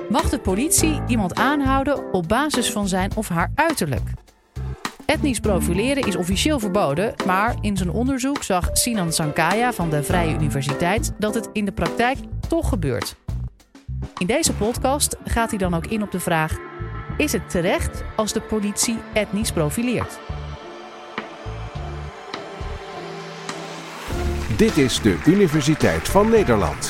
Mag de politie iemand aanhouden op basis van zijn of haar uiterlijk? Etnisch profileren is officieel verboden, maar in zijn onderzoek zag Sinan Sankaya van de Vrije Universiteit dat het in de praktijk toch gebeurt. In deze podcast gaat hij dan ook in op de vraag: is het terecht als de politie etnisch profileert? Dit is de Universiteit van Nederland.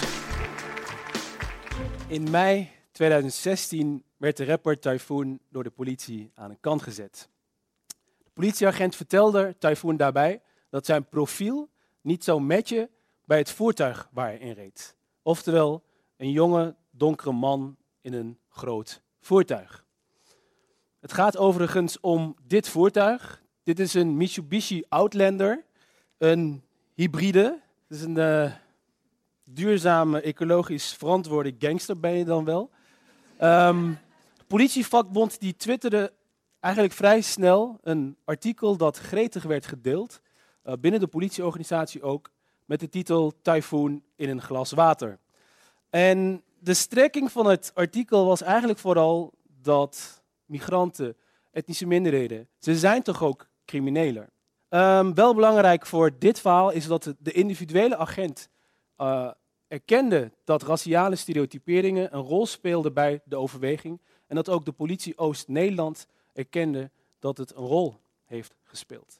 In mei 2016 werd de rapper Typhoon door de politie aan de kant gezet. De politieagent vertelde Typhoon daarbij dat zijn profiel niet zou matchen bij het voertuig waar hij in reed. Oftewel, een jonge, donkere man in een groot voertuig. Het gaat overigens om dit voertuig. Dit is een Mitsubishi Outlander, een hybride. Het is een duurzame, ecologisch verantwoorde gangster ben je dan wel. De politievakbond die twitterde eigenlijk vrij snel een artikel dat gretig werd gedeeld, binnen de politieorganisatie ook, met de titel Typhoon in een glas water. En de strekking van het artikel was eigenlijk vooral dat migranten, etnische minderheden, ze zijn toch ook crimineler. Wel belangrijk voor dit verhaal is dat de individuele agent erkende dat raciale stereotyperingen een rol speelden bij de overweging en dat ook de politie Oost-Nederland erkende dat het een rol heeft gespeeld.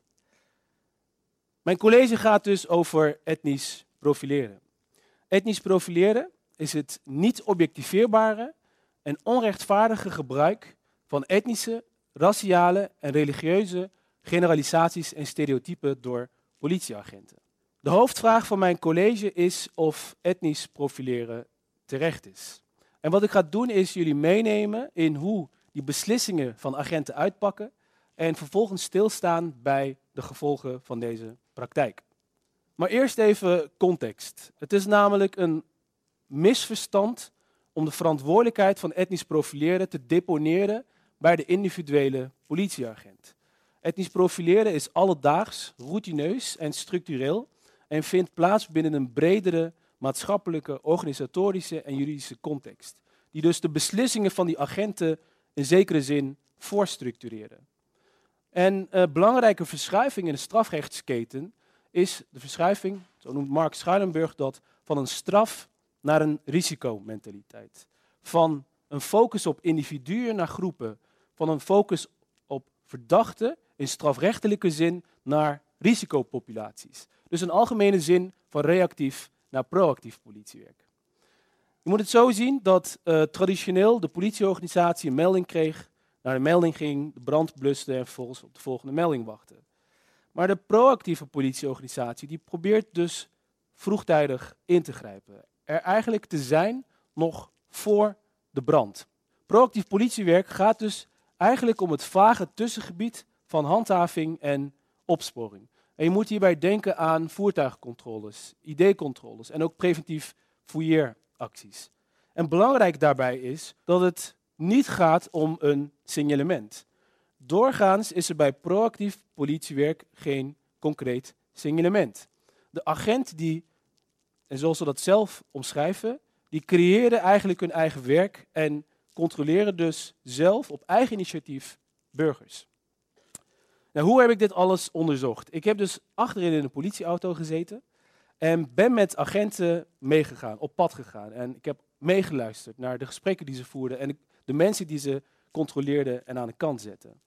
Mijn college gaat dus over etnisch profileren. Etnisch profileren is het niet objectiveerbare en onrechtvaardige gebruik van etnische, raciale en religieuze generalisaties en stereotypen door politieagenten. De hoofdvraag van mijn college is of etnisch profileren terecht is. En wat ik ga doen is jullie meenemen in hoe die beslissingen van agenten uitpakken en vervolgens stilstaan bij de gevolgen van deze praktijk. Maar eerst even context. Het is namelijk een misverstand om de verantwoordelijkheid van etnisch profileren te deponeren bij de individuele politieagent. Etnisch profileren is alledaags, routineus en structureel en vindt plaats binnen een bredere maatschappelijke, organisatorische en juridische context, die dus de beslissingen van die agenten in zekere zin voorstructureren. En een belangrijke verschuiving in de strafrechtsketen is de verschuiving, zo noemt Mark Schuilenburg dat, van een straf naar een risicomentaliteit. Van een focus op individuen naar groepen, van een focus op verdachten in strafrechtelijke zin naar risicopopulaties. Dus een algemene zin van reactief naar proactief politiewerk. Je moet het zo zien dat traditioneel de politieorganisatie een melding kreeg, naar de melding ging, de brand bluste en vervolgens op de volgende melding wachtte. Maar de proactieve politieorganisatie die probeert dus vroegtijdig in te grijpen. Er eigenlijk te zijn nog voor de brand. Proactief politiewerk gaat dus eigenlijk om het vage tussengebied van handhaving en opsporing. En je moet hierbij denken aan voertuigcontroles, ID-controles en ook preventief fouilleeracties. En belangrijk daarbij is dat het niet gaat om een signalement. Doorgaans is er bij proactief politiewerk geen concreet signalement. De agent die, en zoals ze dat zelf omschrijven, die creëren eigenlijk hun eigen werk en controleren dus zelf op eigen initiatief burgers. Nou, hoe heb ik dit alles onderzocht? Ik heb dus achterin in een politieauto gezeten en ben met agenten meegegaan, op pad gegaan. En ik heb meegeluisterd naar de gesprekken die ze voerden en de mensen die ze controleerden en aan de kant zetten.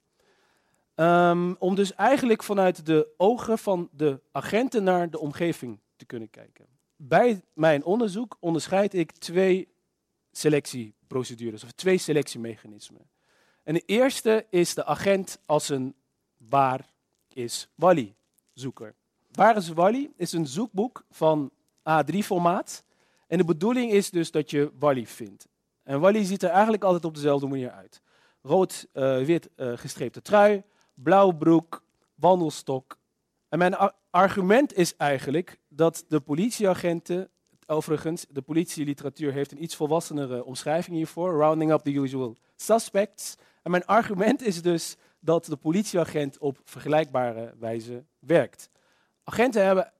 Om dus eigenlijk vanuit de ogen van de agenten naar de omgeving te kunnen kijken. Bij mijn onderzoek onderscheid ik twee selectieprocedures of twee selectiemechanismen. En de eerste is de agent als een waar is Wally zoeker. Waar is Wally is een zoekboek van A3-formaat. En de bedoeling is dus dat je Wally vindt. En Wally ziet er eigenlijk altijd op dezelfde manier uit. Rood-wit gestreepte trui, blauwe broek, wandelstok. En mijn argument is eigenlijk dat de politieagenten, overigens, de politieliteratuur heeft een iets volwassenere omschrijving hiervoor, rounding up the usual suspects. En mijn argument is dus dat de politieagent op vergelijkbare wijze werkt. Agenten hebben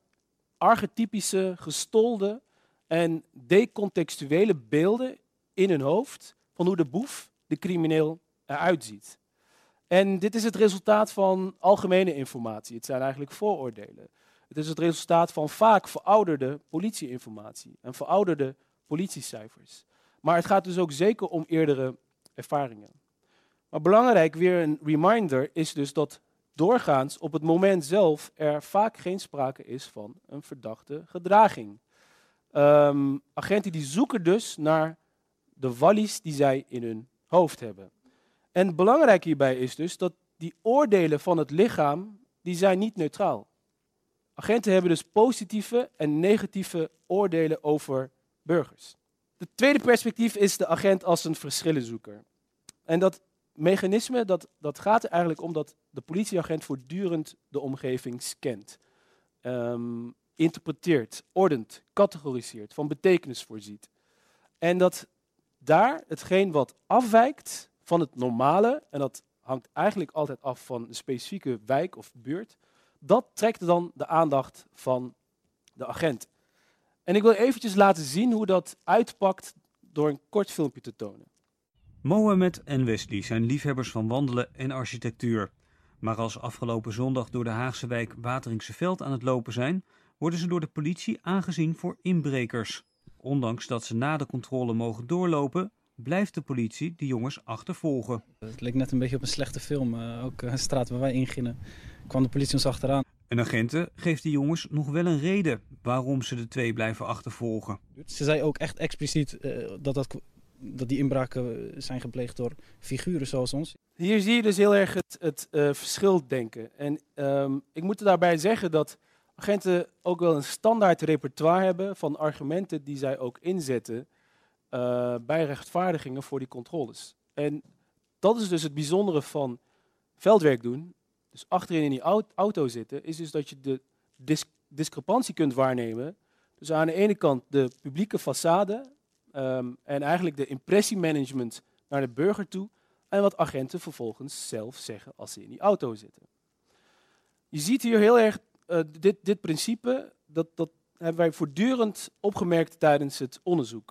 archetypische, gestolde en decontextuele beelden in hun hoofd van hoe de boef, de crimineel, eruit ziet. En dit is het resultaat van algemene informatie. Het zijn eigenlijk vooroordelen. Het is het resultaat van vaak verouderde politieinformatie en verouderde politiecijfers. Maar het gaat dus ook zeker om eerdere ervaringen. Maar belangrijk, weer een reminder, is dus dat doorgaans op het moment zelf er vaak geen sprake is van een verdachte gedraging. Agenten die zoeken dus naar de wallies die zij in hun hoofd hebben. En belangrijk hierbij is dus dat die oordelen van het lichaam, die zijn niet neutraal. Agenten hebben dus positieve en negatieve oordelen over burgers. Het tweede perspectief is de agent als een verschillenzoeker. En dat mechanisme, dat gaat er eigenlijk om dat de politieagent voortdurend de omgeving scant. Interpreteert, ordent, categoriseert, van betekenis voorziet. En dat daar hetgeen wat afwijkt van het normale, en dat hangt eigenlijk altijd af van een specifieke wijk of buurt, dat trekt dan de aandacht van de agent. En ik wil eventjes laten zien hoe dat uitpakt door een kort filmpje te tonen. Mohamed en Wesley zijn liefhebbers van wandelen en architectuur. Maar als ze afgelopen zondag door de Haagse wijk Wateringse Veld aan het lopen zijn, worden ze door de politie aangezien voor inbrekers. Ondanks dat ze na de controle mogen doorlopen, blijft de politie de jongens achtervolgen. Het leek net een beetje op een slechte film. Ook een straat waar wij ingingen, kwam de politie ons achteraan. Een agent geeft de jongens nog wel een reden waarom ze de twee blijven achtervolgen. Ze zei ook echt expliciet dat die inbraken zijn gepleegd door figuren zoals ons. Hier zie je dus heel erg het verschil denken. En ik moet er daarbij zeggen dat agenten ook wel een standaard repertoire hebben van argumenten die zij ook inzetten bij rechtvaardigingen voor die controles. En dat is dus het bijzondere van veldwerk doen. Dus achterin in die auto zitten, is dus dat je de discrepantie kunt waarnemen. Dus aan de ene kant de publieke façade en eigenlijk de impressiemanagement naar de burger toe. En wat agenten vervolgens zelf zeggen als ze in die auto zitten. Je ziet hier heel erg dit principe, dat hebben wij voortdurend opgemerkt tijdens het onderzoek.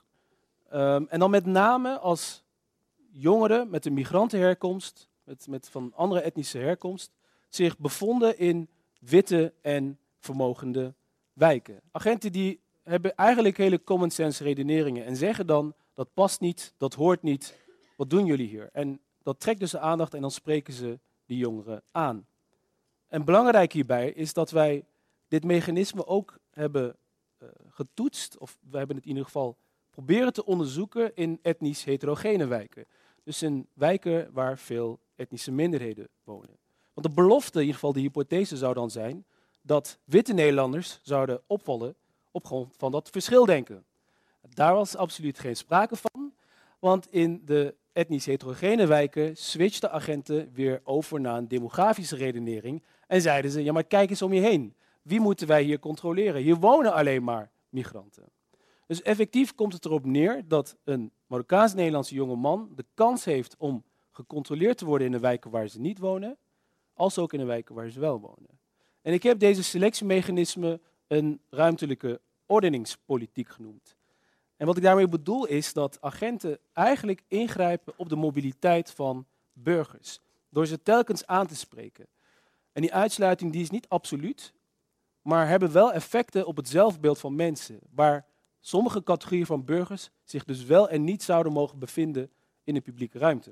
En dan met name als jongeren met een migrantenherkomst, met van andere etnische herkomst, zich bevonden in witte en vermogende wijken. Agenten die hebben eigenlijk hele common sense redeneringen en zeggen dan, dat past niet, dat hoort niet, wat doen jullie hier? En dat trekt dus de aandacht en dan spreken ze die jongeren aan. En belangrijk hierbij is dat wij dit mechanisme ook hebben getoetst, of we hebben het in ieder geval proberen te onderzoeken in etnisch heterogene wijken. Dus in wijken waar veel etnische minderheden wonen. Want de belofte, in ieder geval de hypothese zou dan zijn, dat witte Nederlanders zouden opvallen op grond van dat verschildenken. Daar was absoluut geen sprake van, want in de etnisch heterogene wijken switchten agenten weer over naar een demografische redenering en zeiden ze, ja maar kijk eens om je heen. Wie moeten wij hier controleren? Hier wonen alleen maar migranten. Dus effectief komt het erop neer dat een Marokkaans-Nederlandse jonge man de kans heeft om gecontroleerd te worden in de wijken waar ze niet wonen, als ook in de wijken waar ze wel wonen. En ik heb deze selectiemechanisme een ruimtelijke ordeningspolitiek genoemd. En wat ik daarmee bedoel is dat agenten eigenlijk ingrijpen op de mobiliteit van burgers, door ze telkens aan te spreken. En die uitsluiting die is niet absoluut, maar hebben wel effecten op het zelfbeeld van mensen, waar sommige categorieën van burgers zich dus wel en niet zouden mogen bevinden in de publieke ruimte.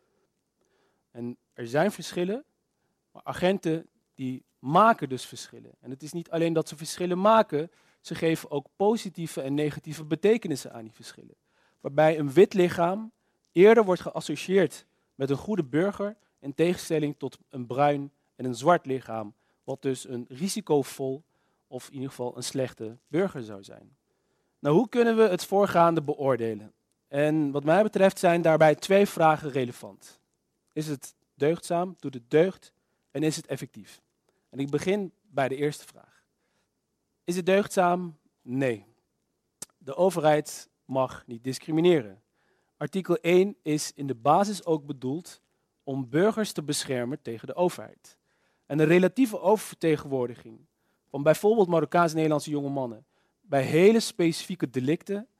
En er zijn verschillen, maar agenten die maken dus verschillen. En het is niet alleen dat ze verschillen maken, ze geven ook positieve en negatieve betekenissen aan die verschillen. Waarbij een wit lichaam eerder wordt geassocieerd met een goede burger in tegenstelling tot een bruin en een zwart lichaam, wat dus een risicovol of in ieder geval een slechte burger zou zijn. Nou, hoe kunnen we het voorgaande beoordelen? En wat mij betreft zijn daarbij 2 vragen relevant. Is het deugdzaam, doet het deugd en is het effectief? En ik begin bij de eerste vraag. Is het deugdzaam? Nee. De overheid mag niet discrimineren. Artikel 1 is in de basis ook bedoeld om burgers te beschermen tegen de overheid. En een relatieve oververtegenwoordiging van bijvoorbeeld Marokkaans-Nederlandse jonge mannen bij hele specifieke delicten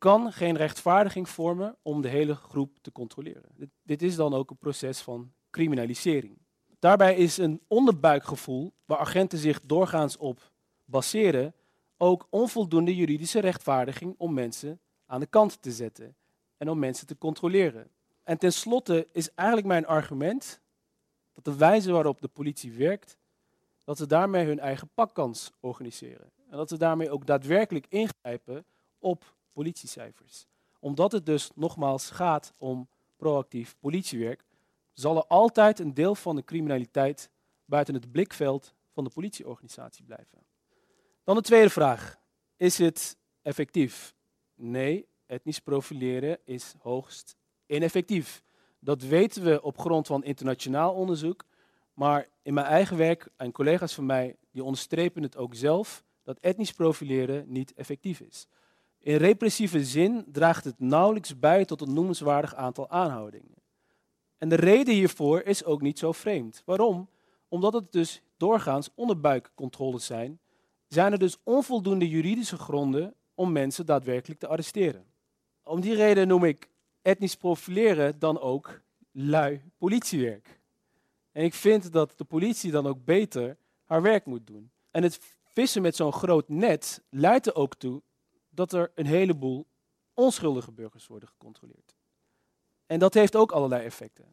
kan geen rechtvaardiging vormen om de hele groep te controleren. Dit is dan ook een proces van criminalisering. Daarbij is een onderbuikgevoel, waar agenten zich doorgaans op baseren, ook onvoldoende juridische rechtvaardiging om mensen aan de kant te zetten en om mensen te controleren. En tenslotte is eigenlijk mijn argument dat de wijze waarop de politie werkt, dat ze daarmee hun eigen pakkans organiseren. En dat ze daarmee ook daadwerkelijk ingrijpen op politiecijfers. Omdat het dus nogmaals gaat om proactief politiewerk, zal er altijd een deel van de criminaliteit buiten het blikveld van de politieorganisatie blijven. Dan de tweede vraag. Is het effectief? Nee, etnisch profileren is hoogst ineffectief. Dat weten we op grond van internationaal onderzoek. Maar in mijn eigen werk en collega's van mij, die onderstrepen het ook zelf, dat etnisch profileren niet effectief is. In repressieve zin draagt het nauwelijks bij tot een noemenswaardig aantal aanhoudingen. En de reden hiervoor is ook niet zo vreemd. Waarom? Omdat het dus doorgaans onderbuikcontroles zijn er dus onvoldoende juridische gronden om mensen daadwerkelijk te arresteren. Om die reden noem ik etnisch profileren dan ook lui politiewerk. En ik vind dat de politie dan ook beter haar werk moet doen. En het vissen met zo'n groot net leidt er ook toe dat er een heleboel onschuldige burgers worden gecontroleerd. En dat heeft ook allerlei effecten.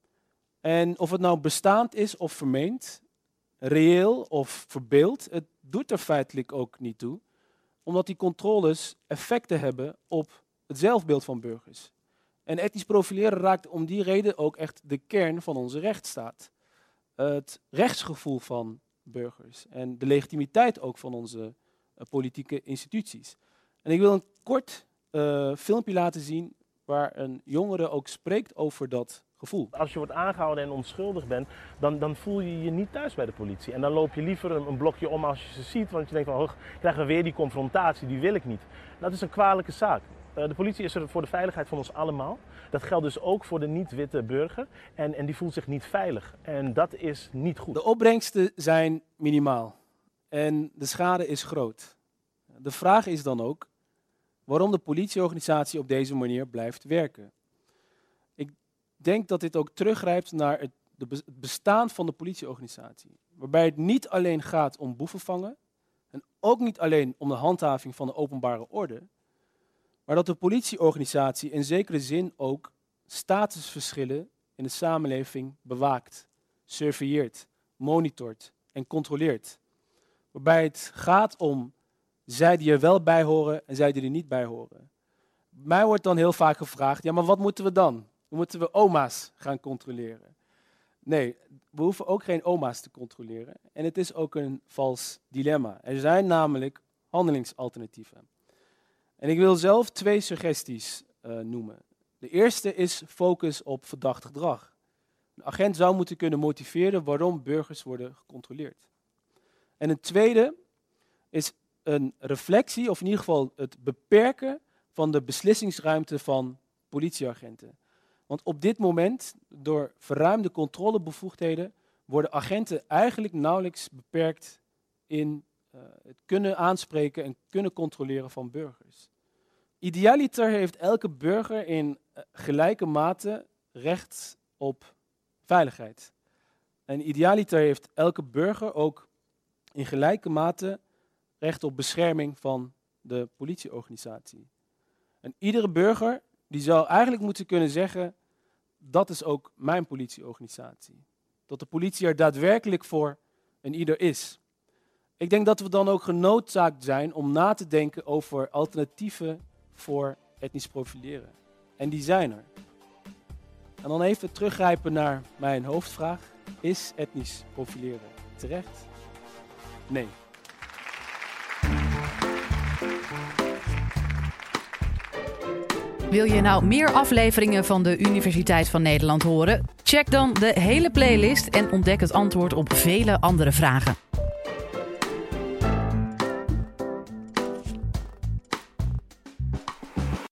En of het nou bestaand is of vermeend, reëel of verbeeld, het doet er feitelijk ook niet toe, omdat die controles effecten hebben op het zelfbeeld van burgers. En etnisch profileren raakt om die reden ook echt de kern van onze rechtsstaat. Het rechtsgevoel van burgers en de legitimiteit ook van onze politieke instituties. En ik wil een kort filmpje laten zien waar een jongere ook spreekt over dat gevoel. Als je wordt aangehouden en onschuldig bent, dan voel je je niet thuis bij de politie. En dan loop je liever een blokje om als je ze ziet, want je denkt van, krijgen we weer die confrontatie, die wil ik niet. Dat is een kwalijke zaak. De politie is er voor de veiligheid van ons allemaal. Dat geldt dus ook voor de niet-witte burger en die voelt zich niet veilig. En dat is niet goed. De opbrengsten zijn minimaal en de schade is groot. De vraag is dan ook waarom de politieorganisatie op deze manier blijft werken. Ik denk dat dit ook teruggrijpt naar het bestaan van de politieorganisatie. Waarbij het niet alleen gaat om boeven vangen en ook niet alleen om de handhaving van de openbare orde, maar dat de politieorganisatie in zekere zin ook statusverschillen in de samenleving bewaakt, surveilleert, monitort en controleert. Waarbij het gaat om zij die er wel bij horen en zij die er niet bij horen. Mij wordt dan heel vaak gevraagd, ja, maar wat moeten we dan? Moeten we oma's gaan controleren? Nee, we hoeven ook geen oma's te controleren. En het is ook een vals dilemma. Er zijn namelijk handelingsalternatieven. En ik wil zelf 2 suggesties noemen. De eerste is focus op verdacht gedrag. Een agent zou moeten kunnen motiveren waarom burgers worden gecontroleerd. En een tweede is een reflectie, of in ieder geval het beperken van de beslissingsruimte van politieagenten. Want op dit moment, door verruimde controlebevoegdheden, worden agenten eigenlijk nauwelijks beperkt in het kunnen aanspreken en kunnen controleren van burgers. Idealiter heeft elke burger in gelijke mate recht op veiligheid. En idealiter heeft elke burger ook in gelijke mate recht op bescherming van de politieorganisatie. En iedere burger die zou eigenlijk moeten kunnen zeggen, dat is ook mijn politieorganisatie. Dat de politie er daadwerkelijk voor en ieder is. Ik denk dat we dan ook genoodzaakt zijn om na te denken over alternatieven voor etnisch profileren. En die zijn er. En dan even teruggrijpen naar mijn hoofdvraag. Is etnisch profileren terecht? Nee. Wil je nou meer afleveringen van de Universiteit van Nederland horen? Check dan de hele playlist en ontdek het antwoord op vele andere vragen.